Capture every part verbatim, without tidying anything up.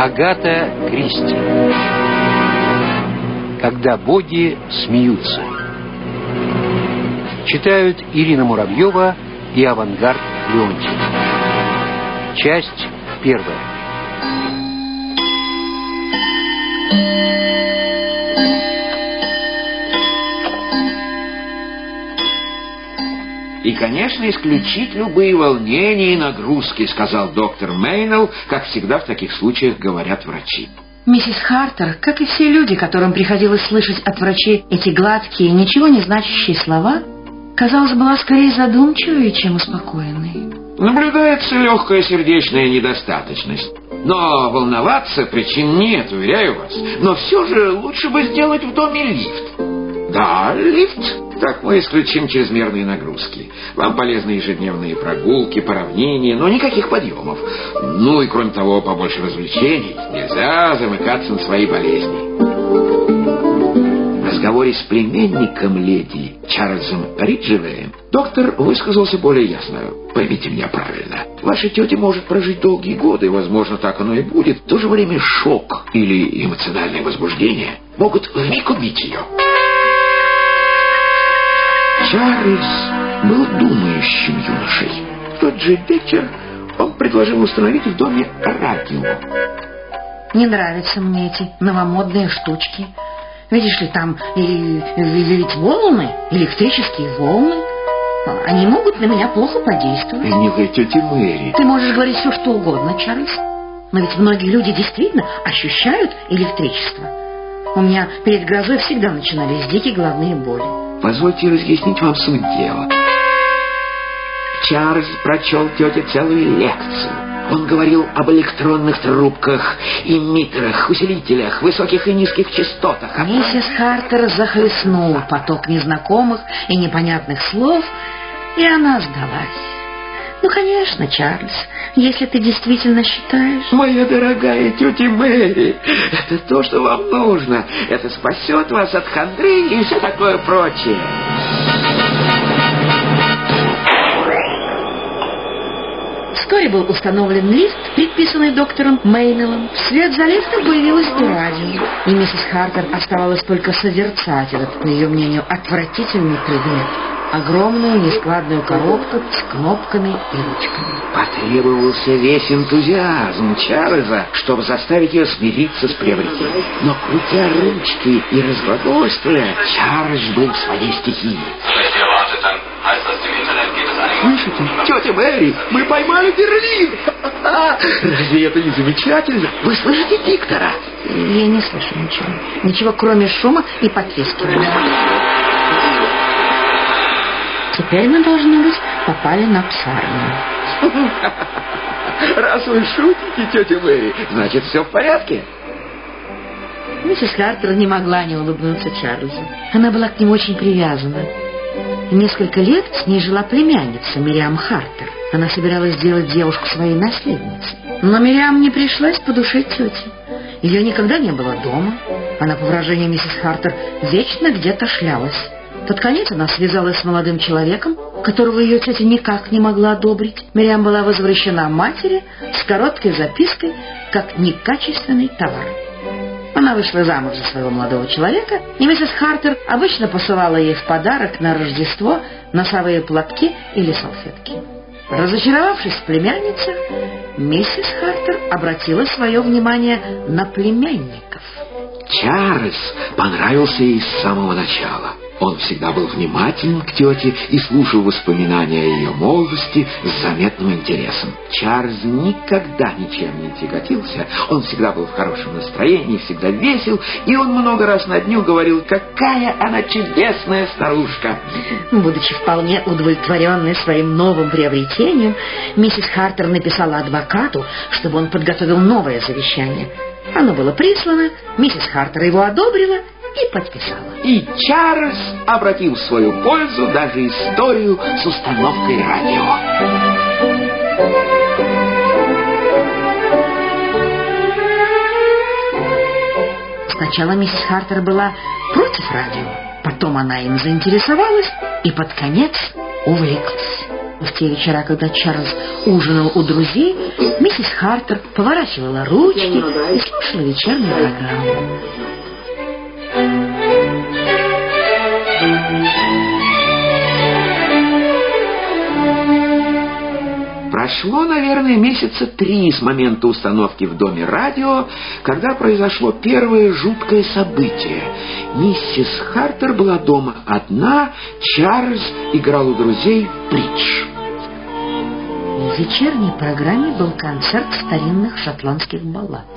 Агата Кристи. Когда боги смеются. Читают Ирина Муравьева и Авангард Леонтьев. Часть первая. И, конечно, исключить любые волнения и нагрузки, сказал доктор Мейнелл, как всегда в таких случаях говорят врачи. Миссис Хартер, как и все люди, которым приходилось слышать от врачей эти гладкие, ничего не значащие слова, казалось, была скорее задумчивой, чем успокоенной. Наблюдается легкая сердечная недостаточность. Но волноваться причин нет, уверяю вас. Но все же лучше бы сделать в доме лифт. Да, лифт. Так мы исключим чрезмерные нагрузки. Вам полезны ежедневные прогулки, поравнения, но никаких подъемов. Ну и кроме того, побольше развлечений. Нельзя замыкаться на свои болезни. В разговоре с племянником леди Чарльзом Риджевеем доктор высказался более ясно. Поймите меня правильно. Ваша тетя может прожить долгие годы, и, возможно, так оно и будет. В то же время шок или эмоциональное возбуждение могут вмиг убить ее. Чарльз был думающим юношей. В тот же вечер он предложил установить в доме радио. Не нравятся мне эти новомодные штучки. Видишь ли, там и, ведь волны, электрические волны, они могут на меня плохо подействовать. Милая тетя Мэри. Ты можешь говорить все, что угодно, Чарльз. Но ведь многие люди действительно ощущают электричество. У меня перед грозой всегда начинались дикие головные боли. Позвольте разъяснить вам суть дела. Чарльз прочел тете целую лекцию. Он говорил об электронных трубках, эмиттерах, усилителях, высоких и низких частотах. Миссис Хартер захлестнул поток незнакомых и непонятных слов, и она сдалась. Ну, конечно, Чарльз, если ты действительно считаешь... Моя дорогая тетя Мэри, это то, что вам нужно. Это спасет вас от хандры и все такое прочее. Вскоре был установлен лифт, предписанный доктором Мейнеллом. Вслед за лифтом появилось и радио. И миссис Хартер оставалось только созерцать этот, по ее мнению, отвратительный предмет. Огромную нескладную коробку с кнопками и ручками. Потребовался весь энтузиазм Чарльза, чтобы заставить ее смириться с приобретением. Но крутя ручки и разглагольствуя, Чарльз был в своей стихии. Слышите, тетя Мэри, мы поймали Берлин! Разве это не замечательно? Вы слышите диктора? Я не слышу ничего. Ничего, кроме шума и потрескивания. Теперь мы, должно быть, попали на псарню. Раз вы шутите, тетя Мэри, значит, все в порядке. Миссис Хартер не могла не улыбнуться Чарльзу. Она была к нему очень привязана. Несколько лет с ней жила племянница Мириам Хартер. Она собиралась сделать девушку своей наследницей. Но Мириам не пришлась по душе тете. Ее никогда не было дома. Она, по выражению миссис Хартер, вечно где-то шлялась. Под конец она связалась с молодым человеком, которого ее тетя никак не могла одобрить. Мириам была возвращена матери с короткой запиской, как некачественный товар. Она вышла замуж за своего молодого человека, и миссис Хартер обычно посылала ей в подарок на Рождество носовые платки или салфетки. Разочаровавшись в племянницах, миссис Хартер обратила свое внимание на племянников. Чарльз понравился ей с самого начала. Он всегда был внимателен к тете и слушал воспоминания о ее молодости с заметным интересом. Чарльз никогда ничем не тяготился. Он всегда был в хорошем настроении, всегда весел, и он много раз на дню говорил, какая она чудесная старушка. Будучи вполне удовлетворенной своим новым приобретением, миссис Хартер написала адвокату, чтобы он подготовил новое завещание. Оно было прислано, миссис Хартер его одобрила и подписала. И Чарльз обратил в свою пользу даже историю с установкой радио. Сначала миссис Хартер была против радио, потом она им заинтересовалась и под конец увлеклась. В те вечера, когда Чарльз ужинал у друзей, миссис Хартер поворачивала ручки и слушала вечернюю программу. Прошло, наверное, месяца три с момента установки в доме радио, когда произошло первое жуткое событие. Миссис Хартер была дома одна, Чарльз играл у друзей в бридж. В вечерней программе был концерт старинных шотландских баллад.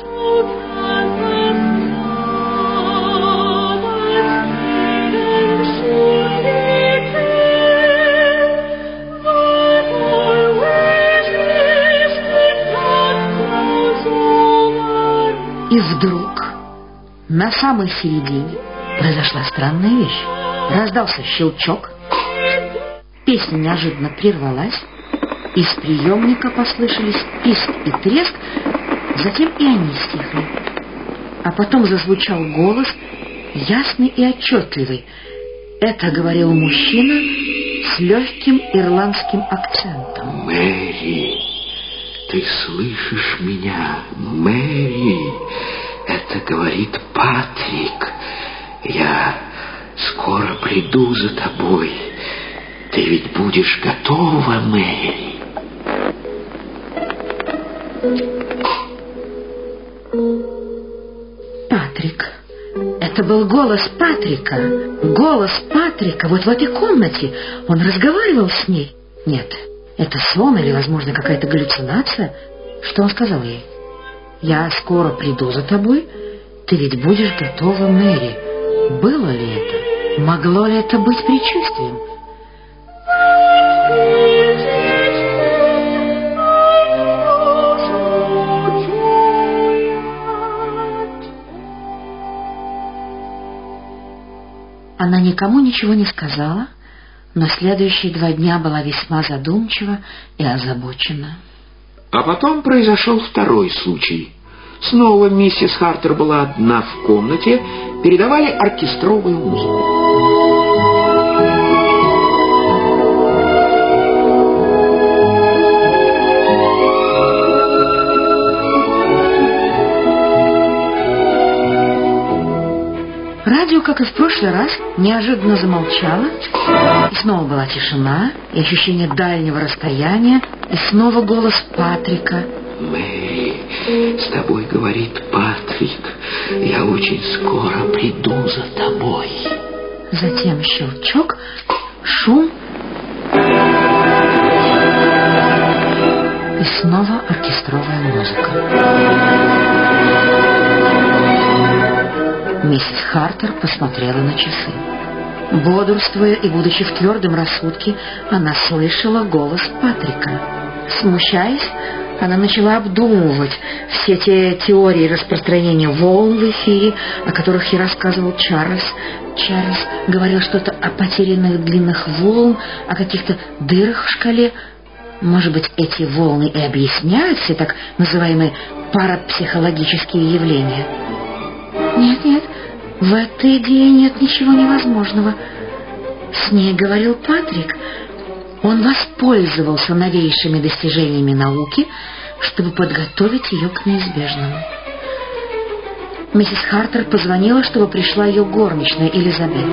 И вдруг, на самой середине, произошла странная вещь. Раздался щелчок, песня неожиданно прервалась, из приемника послышались писк и треск, затем и они стихли. А потом зазвучал голос, ясный и отчетливый. Это говорил мужчина с легким ирландским акцентом. «Мэри, ты слышишь меня, Мэри? Это говорит Патрик. Я скоро приду за тобой. Ты ведь будешь готова, Мэри?» Патрик. Это был голос Патрика. Голос Патрика вот в этой комнате. Он разговаривал с ней. Нет, это сон или, возможно, какая-то галлюцинация. Что он сказал ей? «Я скоро приду за тобой. Ты ведь будешь готова, Мэри». Было ли это? Могло ли это быть предчувствием? Она никому ничего не сказала, но следующие два дня была весьма задумчива и озабочена. А потом произошел второй случай. Снова миссис Хартер была одна в комнате, передавали оркестровую музыку. Радио, как и в прошлый раз, неожиданно замолчало, и снова была тишина, и ощущение дальнего расстояния, и снова голос Патрика. «Мэри, с тобой говорит Патрик. Я очень скоро приду за тобой». Затем щелчок, шум, и снова оркестровая музыка. Миссис Хартер посмотрела на часы. Бодрствуя и будучи в твердом рассудке, она слышала голос Патрика. Смущаясь, она начала обдумывать все те теории распространения волн в эфире, о которых ей рассказывал Чарльз. Чарльз говорил что-то о потерянных длинных волн, о каких-то дырах в шкале. Может быть, эти волны и объясняют все так называемые парапсихологические явления? Нет, нет, в этой идее нет ничего невозможного. С ней говорил Патрик. Он воспользовался новейшими достижениями науки, чтобы подготовить ее к неизбежному. Миссис Хартер позвонила, чтобы пришла ее горничная Элизабет.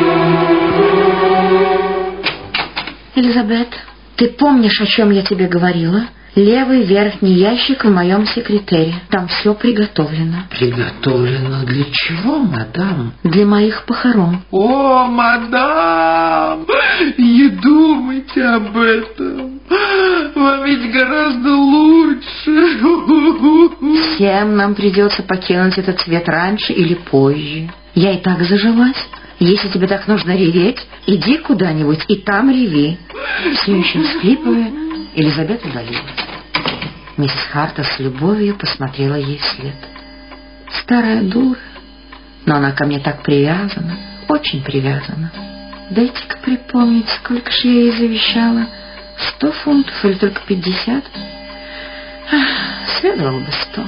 «Элизабет, ты помнишь, о чем я тебе говорила? Левый верхний ящик в моем секретере. Там все приготовлено». «Приготовлено для чего, мадам?» «Для моих похорон». «О, мадам, не думайте об этом. Вам ведь гораздо лучше». «Всем нам придется покинуть этот свет раньше или позже. Я и так зажилась. Если тебе так нужно реветь, иди куда-нибудь и там реви». Все еще всхлипывая, Элизабет удалилась. Миссис Хартер с любовью посмотрела ей вслед. «Старая дура, но она ко мне так привязана, очень привязана. Дайте-ка припомнить, сколько же я ей завещала, сто фунтов или только пятьдесят? Ах, следовало бы сто».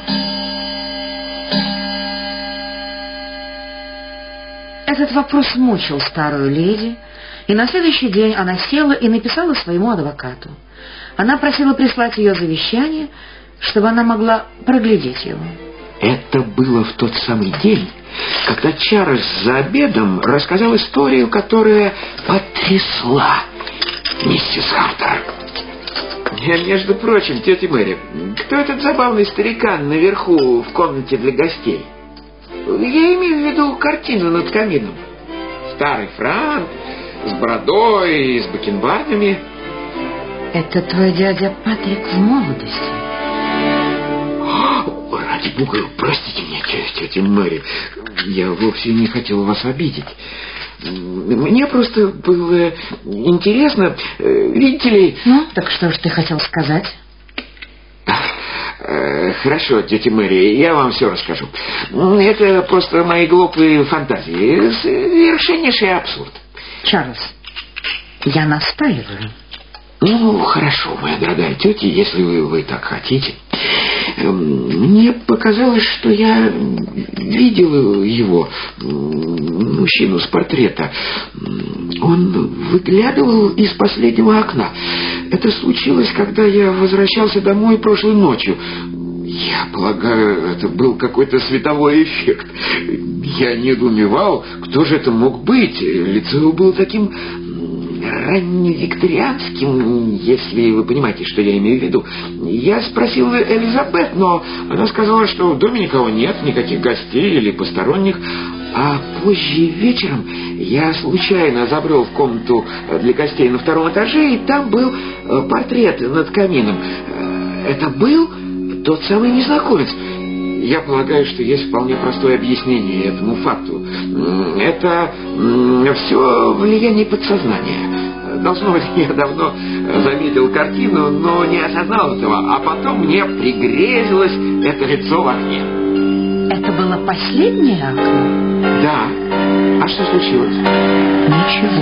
Этот вопрос мучил старую леди, И на следующий день она села и написала своему адвокату. Она просила прислать ее завещание, чтобы она могла проглядеть его. Это было в тот самый день, когда Чарльз за обедом рассказал историю, которая потрясла миссис Хартер. Между прочим, тетя Мэри, кто этот забавный старикан наверху в комнате для гостей? Я имею в виду картину над камином. Старый франк, с бородой и с бакенбардами. Это твой дядя Патрик в молодости. Ради бога, простите меня, тетя Мэри. Я вовсе не хотел вас обидеть. Мне просто было интересно, видите ли... Ну, так что же ты хотел сказать? Хорошо, тетя Мэри, я вам все расскажу. Это просто мои глупые фантазии. Совершеннейший абсурд. Чарльз, я настаиваю. Ну, хорошо, моя дорогая тетя, если вы, вы так хотите. Мне показалось, что я видел его, мужчину с портрета. Он выглядывал из последнего окна. Это случилось, когда я возвращался домой прошлой ночью. Я полагаю, это был какой-то световой эффект. Я недоумевал, кто же это мог быть. Лицо его было таким... ранневикторианским, если вы понимаете, что я имею в виду. Я спросил Элизабет, но она сказала, что в доме никого нет, никаких гостей или посторонних. А позже вечером я случайно забрел в комнату для гостей на втором этаже, и там был портрет над камином. Это был тот самый незнакомец. Я полагаю, что есть вполне простое объяснение этому факту. Это все влияние подсознания. Должно быть, я давно заметил картину, но не осознал этого. А потом мне пригрезилось это лицо в окне. Это было последнее окно? Да. А что случилось? Ничего,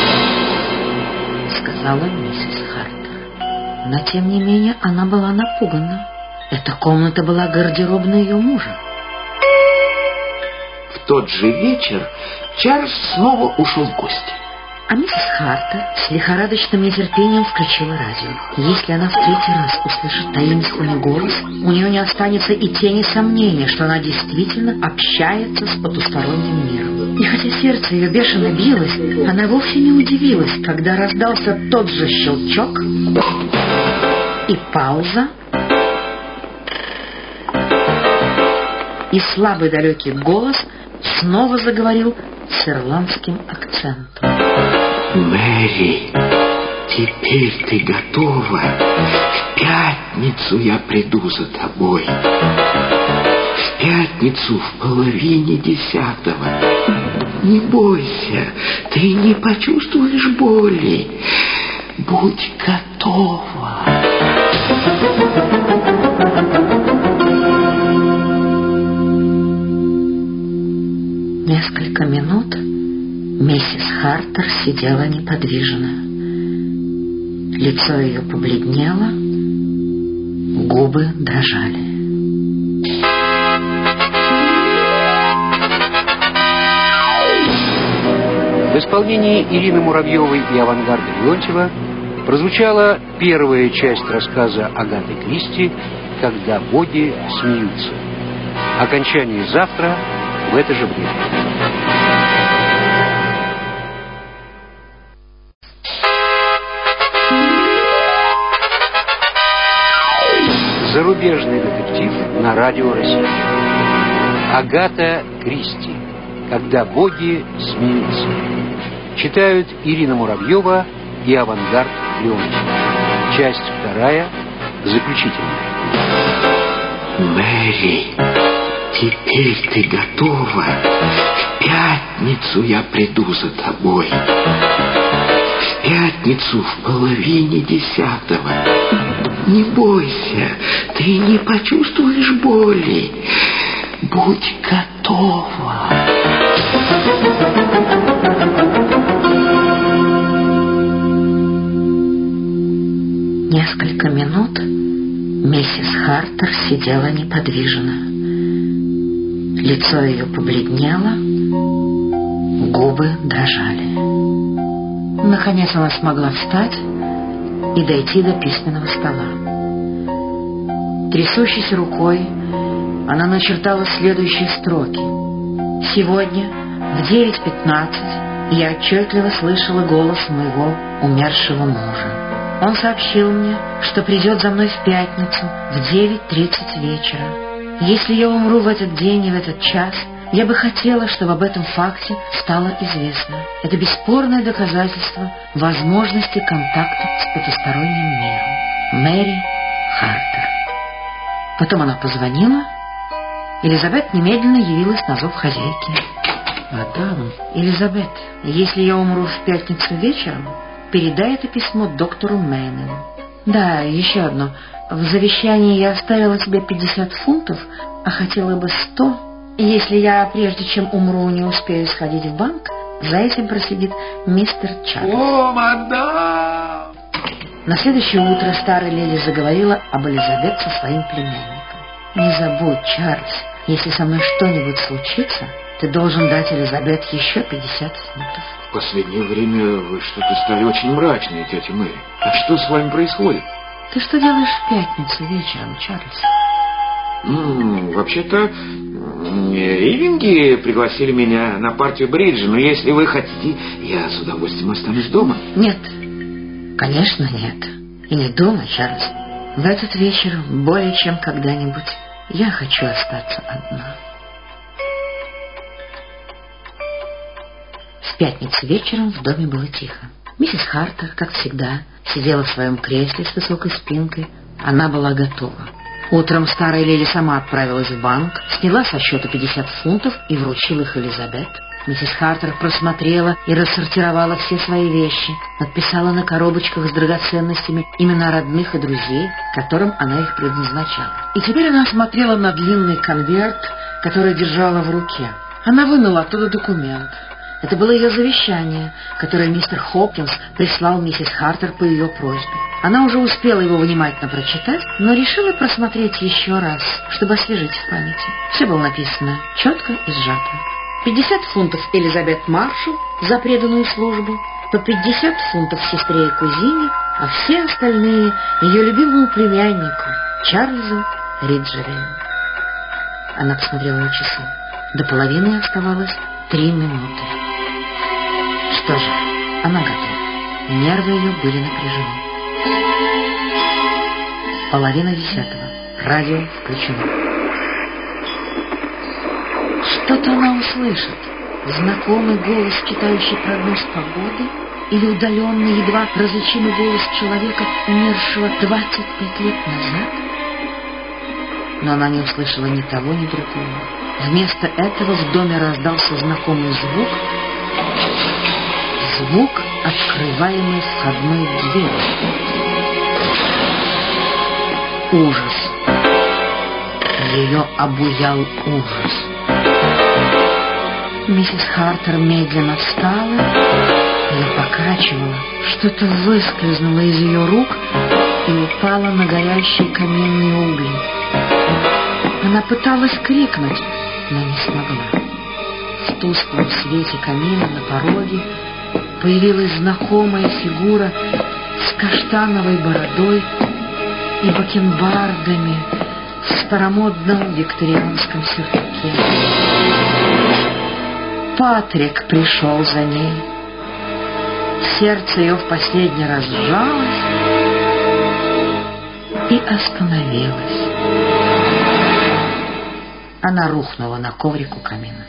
сказала миссис Хартер. Но, тем не менее, она была напугана. Эта комната была гардеробной ее мужа. В тот же вечер Чарльз снова ушел в гости. А миссис Хартер с лихорадочным нетерпением включила радио. Если она в третий раз услышит таинственный голос, у нее не останется и тени сомнения, что она действительно общается с потусторонним миром. И хотя сердце ее бешено билось, она вовсе не удивилась, когда раздался тот же щелчок и пауза, и слабый далекий голос снова заговорил с ирландским акцентом. Мэри, теперь ты готова? В пятницу я приду за тобой. В пятницу в половине десятого. Не бойся, ты не почувствуешь боли. Будь готова. Несколько минут миссис Хартер сидела неподвижно. Лицо ее побледнело, губы дрожали. В исполнении Ирины Муравьевой и Авангарда Леонтьева прозвучала первая часть рассказа Агаты Кристи «Когда боги смеются». Окончание завтра в это же время. Зарубежный детектив на Радио Россия. Агата Кристи. Когда боги смеются. Читают Ирина Муравьева и Авангард Леонтьев. Часть вторая, заключительная. Мэри, теперь ты готова? В пятницу я приду за тобой. В пятницу в половине десятого. Не бойся, ты не почувствуешь боли. Будь готова. Несколько минут миссис Хартер сидела неподвижно. Лицо ее побледнело, губы дрожали. Наконец она смогла встать и дойти до письменного стола. Трясущейся рукой она начертала следующие строки. «Сегодня в девять пятнадцать я отчетливо слышала голос моего умершего мужа. Он сообщил мне, что придет за мной в пятницу в девять тридцать вечера. Если я умру в этот день и в этот час, я бы хотела, чтобы об этом факте стало известно. Это бесспорное доказательство возможности контакта с потусторонним миром. Мэри Хартер». Потом она позвонила. Элизабет немедленно явилась на зов хозяйки. «Мадам, Элизабет, если я умру в пятницу вечером, передай это письмо доктору Мейнелу. Да, еще одно. В завещании я оставила тебе пятьдесят фунтов, а хотела бы сто. Если я, прежде чем умру, не успею сходить в банк, за этим проследит мистер Чарльз». «О, мадам!» На следующее утро старая леди заговорила об Элизабет со своим племянником. «Не забудь, Чарльз, если со мной что-нибудь случится, ты должен дать Элизабет еще пятьдесят фунтов». В последнее время вы что-то стали очень мрачной, тетя Мэри. А что с вами происходит? Ты что делаешь в пятницу вечером, Чарльз? Ну, вообще-то, Ивинги пригласили меня на партию бриджа, но если вы хотите, я с удовольствием останусь дома. Нет, конечно нет. И не думай, Чарльз. В этот вечер более чем когда-нибудь я хочу остаться одна. В пятницу вечером в доме было тихо. Миссис Хартер, как всегда, сидела в своем кресле с высокой спинкой. Она была готова. Утром старая леди сама отправилась в банк, сняла со счета пятьдесят фунтов и вручила их Элизабет. Миссис Хартер просмотрела и рассортировала все свои вещи, надписала на коробочках с драгоценностями имена родных и друзей, которым она их предназначала. И теперь она смотрела на длинный конверт, который держала в руке. Она вынула оттуда документ. Это было ее завещание, которое мистер Хопкинс прислал миссис Хартер по ее просьбе. Она уже успела его внимательно прочитать, но решила просмотреть еще раз, чтобы освежить в памяти. Все было написано четко и сжато. пятьдесят фунтов Элизабет Маршалл за преданную службу, по пятьдесят фунтов сестре и кузине, а все остальные ее любимому племяннику Чарльзу Риджевею. Она посмотрела на часы. До половины оставалось три минуты. Что же, она готова. Нервы ее были напряжены. Половина десятого. Радио включено. Что-то она услышит. Знакомый голос, читающий прогноз погоды, или удаленный, едва различимый голос человека, умершего двадцать пять лет назад? Но она не услышала ни того, ни другого. Вместо этого в доме раздался знакомый звук. Звук открываемой входной двери. Ужас. Ее обуял ужас. Миссис Хартер медленно встала, ее покачивало. Что-то выскользнуло из ее рук и упало на горящие каменные угли. Она пыталась крикнуть, но не смогла. В тусклом свете камина на пороге появилась знакомая фигура с каштановой бородой и бакенбардами в старомодном викторианском сюртуке. Патрик пришел за ней. Сердце ее в последний раз сжалось и остановилось. Она рухнула на коврик у камина.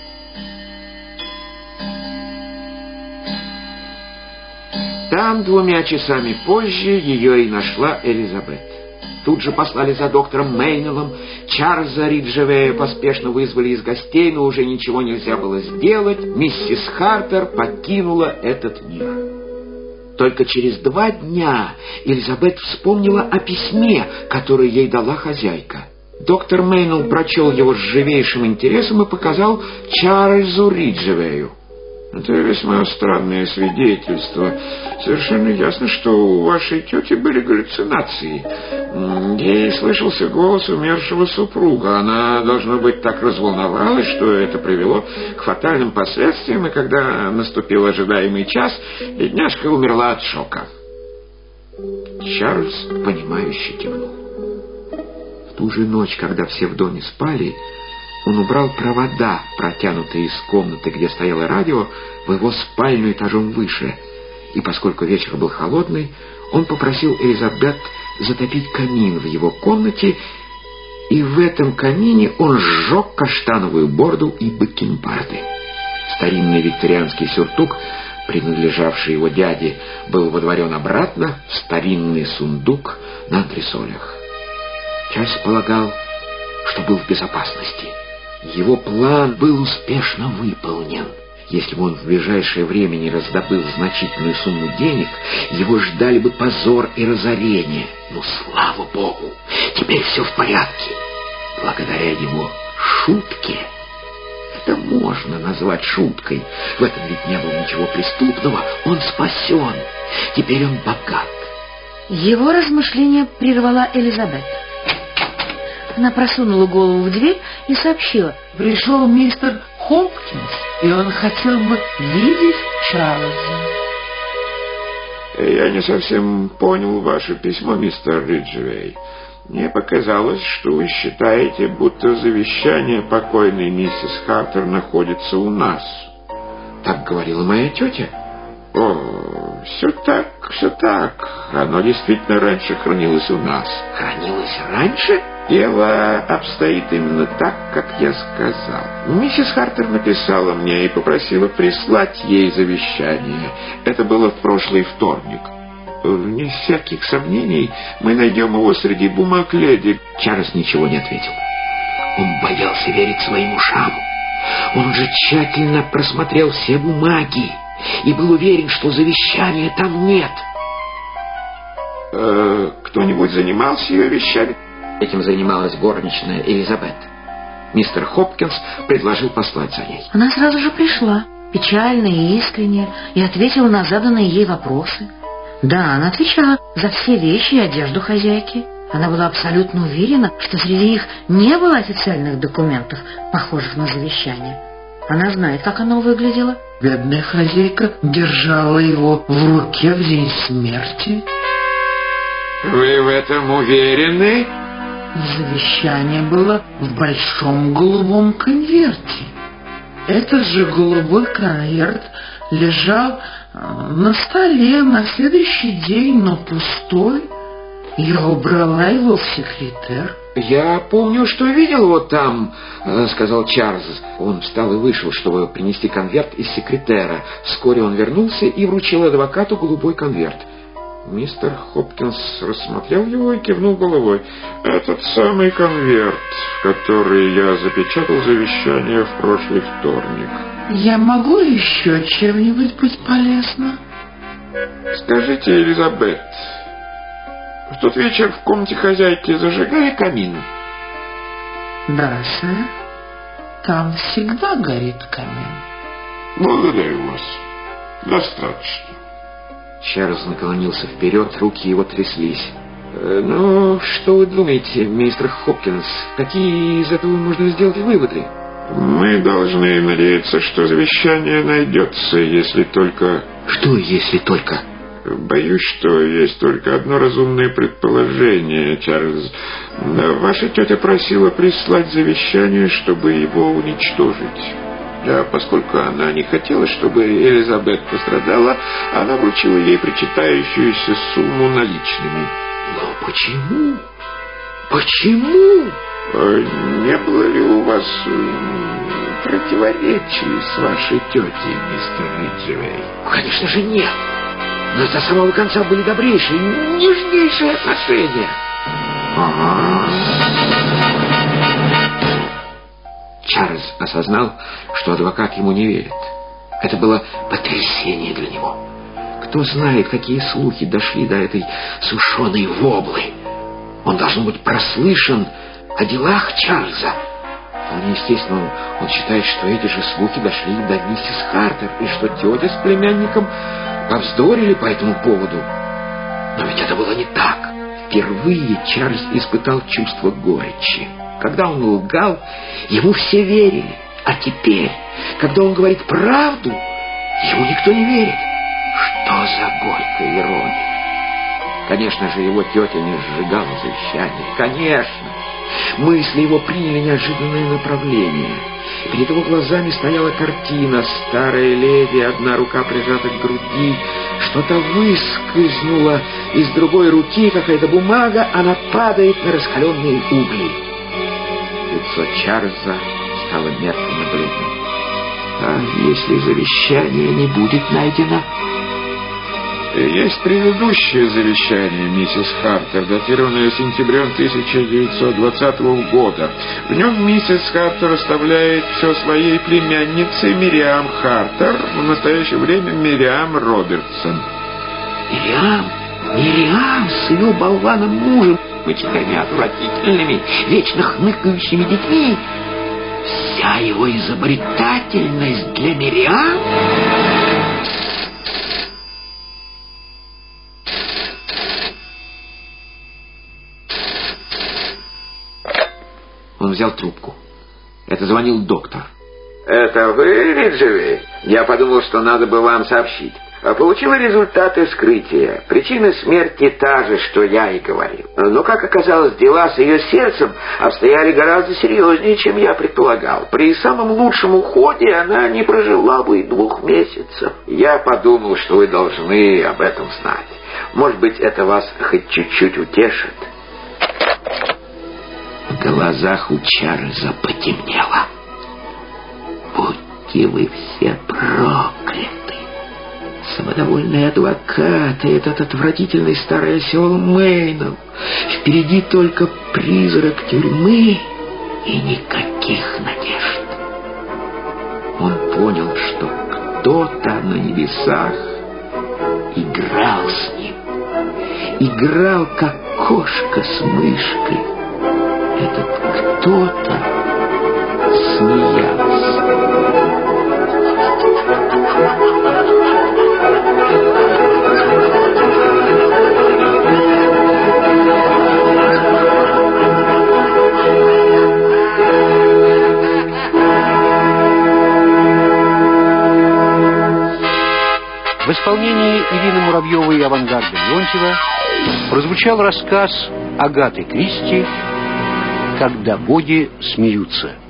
Там двумя часами позже ее и нашла Элизабет. Тут же послали за доктором Мейнеллом. Чарльза Риджевея поспешно вызвали из гостей, но уже ничего нельзя было сделать. Миссис Хартер покинула этот мир. Только через два дня Элизабет вспомнила о письме, которое ей дала хозяйка. Доктор Мейнелл прочел его с живейшим интересом и показал Чарльзу Риджевею. Это весьма странное свидетельство. Совершенно ясно, что у вашей тети были галлюцинации. Ей слышался голос умершего супруга. Она, должно быть, так разволновалась, что это привело к фатальным последствиям, и когда наступил ожидаемый час, бедняжка умерла от шока. Чарльз, понимающе кивнул. В ту же ночь, когда все в доме спали, он убрал провода, протянутые из комнаты, где стояло радио, в его спальню этажом выше. И поскольку вечер был холодный, он попросил Элизабет затопить камин в его комнате, и в этом камине он сжег каштановую борду и бакенбарды. Старинный викторианский сюртук, принадлежавший его дяде, был водворен обратно в старинный сундук на антресолях. Чарльз полагал, что был в безопасности. Его план был успешно выполнен. Если бы он в ближайшее время не раздобыл значительную сумму денег, его ждали бы позор и разорение. Но, слава богу, теперь все в порядке. Благодаря его шутке, это можно назвать шуткой, в этом ведь не было ничего преступного, он спасен. Теперь он богат. Его размышления прервала Элизабет. Она просунула голову в дверь и сообщила: пришел мистер Хопкинс, и он хотел бы видеть Чарльза. Я не совсем понял ваше письмо, мистер Риджвей. Мне показалось, что вы считаете, будто завещание покойной миссис Хартер находится у нас. Так говорила моя тетя. О, все так, все так. Оно действительно раньше хранилось у нас. Хранилось раньше? Дело обстоит именно так, как я сказал. Миссис Хартер написала мне и попросила прислать ей завещание. Это было в прошлый вторник. Вне всяких сомнений мы найдем его среди бумаг леди. Чарльз ничего не ответил. Он боялся верить своим ушам. Он уже тщательно просмотрел все бумаги и был уверен, что завещания там нет. Э, кто-нибудь занимался ее вещами? Этим занималась горничная Элизабет. Мистер Хопкинс предложил послать за ней. Она сразу же пришла, печальная и искренняя, и ответила на заданные ей вопросы. Да, она отвечала за все вещи и одежду хозяйки. Она была абсолютно уверена, что среди них не было официальных документов, похожих на завещание. Она знает, как оно выглядело. Бедная хозяйка держала его в руке в день смерти. Вы в этом уверены? Завещание было в большом голубом конверте. Этот же голубой конверт лежал на столе на следующий день, но пустой. Я убрала его в секретер. «Я помню, что видел его там», — сказал Чарльз. Он встал и вышел, чтобы принести конверт из секретера. Вскоре он вернулся и вручил адвокату голубой конверт. Мистер Хопкинс рассмотрел его и кивнул головой. «Этот самый конверт, в который я запечатал завещание в прошлый вторник». «Я могу еще чем-нибудь быть полезна?» «Скажите, Элизабет, в тот вечер в комнате хозяйки зажигали камин?» «Да, сэр. Там всегда горит камин». «Благодарю вас. Достаточно». Чарльз наклонился вперед, руки его тряслись. Э, «Ну, что вы думаете, мистер Хопкинс? Какие из этого можно сделать выводы?» «Мы должны надеяться, что завещание найдется, если только...» «Что, если только?» «Боюсь, что есть только одно разумное предположение, Чарльз. Ваша тетя просила прислать завещание, чтобы его уничтожить. А поскольку она не хотела, чтобы Элизабет пострадала, она вручила ей причитающуюся сумму наличными». «Но почему? Почему?» «Не было ли у вас противоречий с вашей тетей, мистер Риджвей?» «Конечно же нет. У нас до самого конца были добрейшие, нежнейшие отношения». «Ага». Чарльз осознал, что адвокат ему не верит. Это было потрясение для него. Кто знает, какие слухи дошли до этой сушеной воблы. Он должен быть прослышан о делах Чарльза. Вполне естественно, он, он считает, что эти же слухи дошли до миссис Хартер, и что тетя с племянником повздорили по этому поводу. Но ведь это было не так. Впервые Чарльз испытал чувство горечи. Когда он лгал, ему все верили. А теперь, когда он говорит правду, ему никто не верит. Что за горькая ирония! Конечно же, его тетя не сжигала завещание. Конечно! Мысли его приняли неожиданное направление. Перед его глазами стояла картина. Старая леди, одна рука прижата к груди. Что-то выскользнуло из другой руки, какая-то бумага, она падает на раскаленные угли. Лицо Чарльза стало мертвенно-бледным. А если завещание не будет найдено? Есть предыдущее завещание, миссис Хартер, датированное сентябрем тысяча девятьсот двадцатого года. В нем миссис Хартер оставляет все своей племяннице Мириам Хартер, в настоящее время Мириам Робертсон. Мириам? Мириам с ее болваном мужем, этими отвратительными, вечно хныкающими детьми. Вся его изобретательность для Мириам? Он взял трубку. Это звонил доктор. Это вы, Риджевей? Я подумал, что надо бы вам сообщить. Получила результаты вскрытия. Причина смерти та же, что я и говорил. Но, как оказалось, дела с ее сердцем обстояли гораздо серьезнее, чем я предполагал. При самом лучшем уходе она не прожила бы и двух месяцев. Я подумал, что вы должны об этом знать. Может быть, это вас хоть чуть-чуть утешит. В глазах у Чарльза потемнело. Будьте вы все прокляты. Самодовольный адвокат и этот отвратительный старый осел Мейнов. Впереди только призрак тюрьмы и никаких надежд. Он понял, что кто-то на небесах играл с ним. Играл, как кошка с мышкой. Этот кто-то смеялся. В исполнении Ирины Муравьевой и Авангарда Леонтьева прозвучал рассказ Агаты Кристи «Когда боги смеются».